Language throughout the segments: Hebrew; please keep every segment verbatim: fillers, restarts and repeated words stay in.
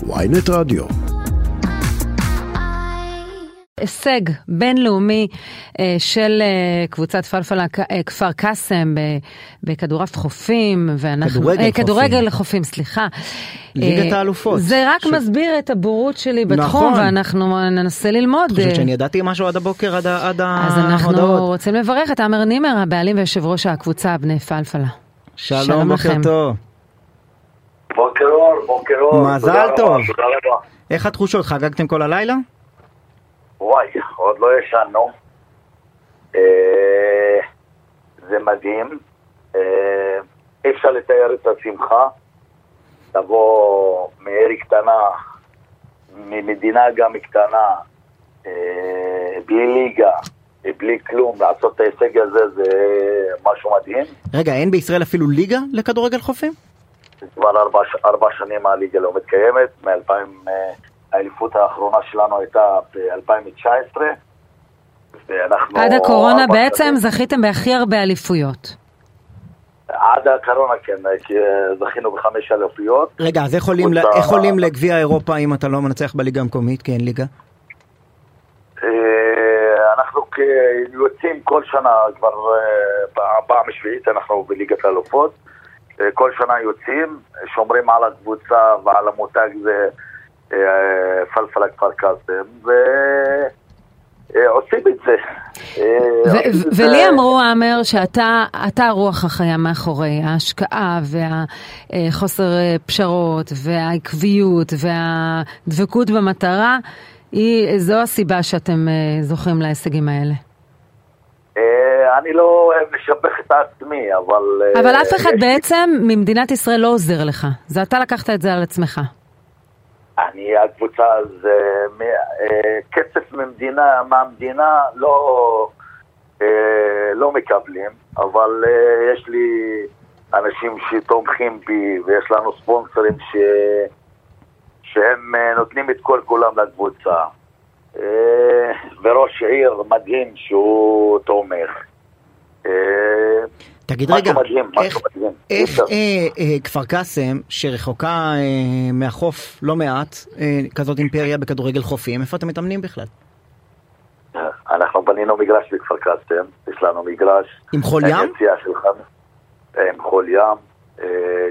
וויינט רדיו. הישג בינלאומי של קבוצת פלפלה כפר קאסם בכדורעף חופים, כדורגל, כדורגל חופים, סליחה. ליגת האלופות. זה רק ש... מסביר את הבורות שלי בתחום, נכון. ואנחנו ננסה ללמוד. אני חושבת שאני ידעתי משהו עד הבוקר, עד, עד אז אנחנו ההודעות. רוצים לברך את עמר נימר, הבעלים ויושב ראש הקבוצה בני פלפלה. שלום, שלום בוקר לכם. טוב. בוקר אור, בוקר אור. מזל טוב. איך התחושות? חגגתם כל הלילה? וואי, עוד לא ישנו. אה, זה מדהים. אה, אפשר לתאר את השמחה. תבוא מעיר קטנה, ממדינה גם קטנה, אה, בלי ליגה, בלי כלום, לעשות את ההישג הזה זה משהו מדהים. רגע, אין בישראל אפילו ליגה לכדורגל חופים? כבר ארבע, ארבע שנים הליגה לא מתקיימת, מ-אלפיים... האליפות האחרונה שלנו הייתה ב-אלפיים תשע עשרה. עד הקורונה בעצם זכיתם בהכי הרבה אליפויות. עד הקורונה כן, זכינו בחמש אליפויות. רגע, אז איך עולים, איך עולים לגביע אירופה אם אתה לא מנצח בליגה המקומית? כי אין ליגה. אנחנו יוצאים כל שנה, כבר פעם שביעית אנחנו בליגת האלופות. כל שנה יוצאים, שומרים על הקבוצה ועל המותג זה פלפלה כפר קאסם, ועושים את זה. ולי אמרו, עמר, שאתה הרוח החיה מאחורי ההשקעה והחוסר פשרות והעקביות והדבקות במטרה, זו הסיבה שאתם זוכים להישגים האלה. אני לא אוהב לשבח את עצמי, אבל... אבל אף אחד בעצם ממדינת ישראל לא עוזר לך. זה אתה לקחת את זה על עצמך. אני, הקבוצה, זה כסף ממדינה, מהמדינה לא, לא מקבלים, אבל יש לי אנשים שתומכים בי, ויש לנו ספונסרים ש, שהם נותנים את כל כולם לקבוצה. וראש עיר מדהים שהוא תומך. תגיד רגע, איך כפר קאסם שרחוקה מהחוף לא מעט, כזאת אימפריה בכדורגל חופים, איפה אתם מתאמנים בכלל? אנחנו בנינו מגרש בכפר קאסם, יש לנו מגרש עם חול ים? עם חול ים,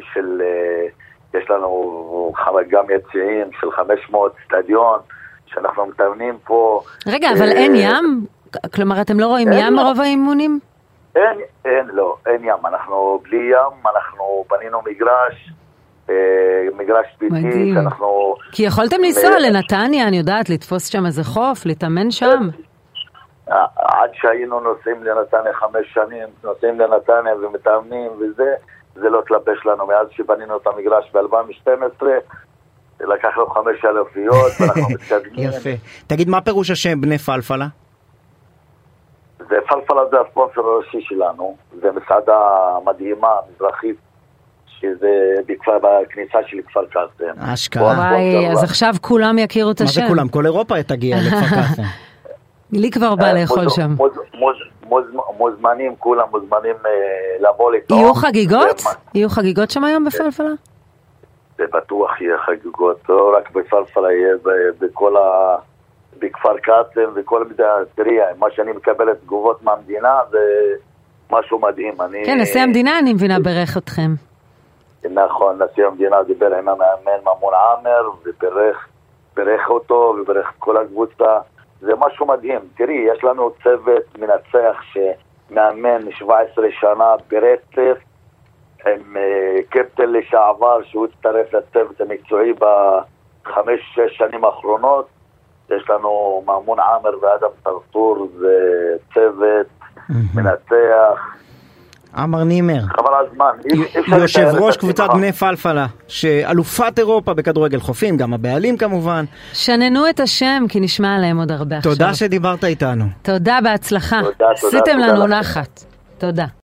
יש לנו גם יציעים של חמש מאות סטדיון שאנחנו מתאמנים פה. רגע, אבל אין ים? כלומר, אתם לא רואים ים מרוב האימונים? אין, אין, לא, אין ים. אנחנו בלי ים, אנחנו בנינו מגרש, מגרש ביתי, שאנחנו... כי יכולתם לנסוע לנתניה, אני יודעת, לתפוס שם איזה חוף, להתאמן שם. עד שהיינו נוסעים לנתניה חמש שנים, נוסעים לנתניה ומתאמנים וזה, זה לא תלבש לנו. מאז שבנינו את המגרש ב-אלפיים ושתים עשרה, לקח לו חמש אלפיות, ואנחנו מתקדמים. יפה. תגיד, מה פירוש השם בני פלפלה? זה פלפלה, זה הספונסר הראשי שלנו. זה מסעדה מדהימה, מזרחית, שזה בכפר, בכניסה של כפר קאסם. השקעה. וואי, אז עכשיו כולם יכירו את השם. מה זה כולם? כל אירופה תגיע לכפר קאסם. לי כבר בא לאכול שם. מוזמנים, כולם מוזמנים לבוא לטעום. יהיו חגיגות? יהיו חגיגות שם היום בפלפלה? זה בטוח יהיה חגיגות, לא רק בפלפלה, יהיה בכל ה... בכפר קאסם וכל מדינה. תראי, מה שאני מקבל את תגובות מהמדינה זה משהו מדהים. כן, נשיא המדינה אני מבינה ברך אתכם. נכון, נשיא המדינה דיבר עם המאמן ממון עמר וברך ברך אותו וברך את כל הקבוצה. זה משהו מדהים. תראי, יש לנו צוות מנצח שמאמן שבע עשרה שנה ברצף, עם קפטן לשעבר שהוא הצטרף לצוות המקצועי בחמש, שש שנים האחרונות. יש לנו מאמון עמר ואדם טרטור, זה צוות מנצח. עמר נימר, חבל הזמן. יושב ראש קבוצת בני פלפלה, שאלופת אירופה בכדורגל חופים, גם הבעלים כמובן. שננו את השם, כי נשמע עליהם עוד הרבה עכשיו. תודה שדיברת איתנו. תודה, בהצלחה. עשיתם לנו נחת. תודה.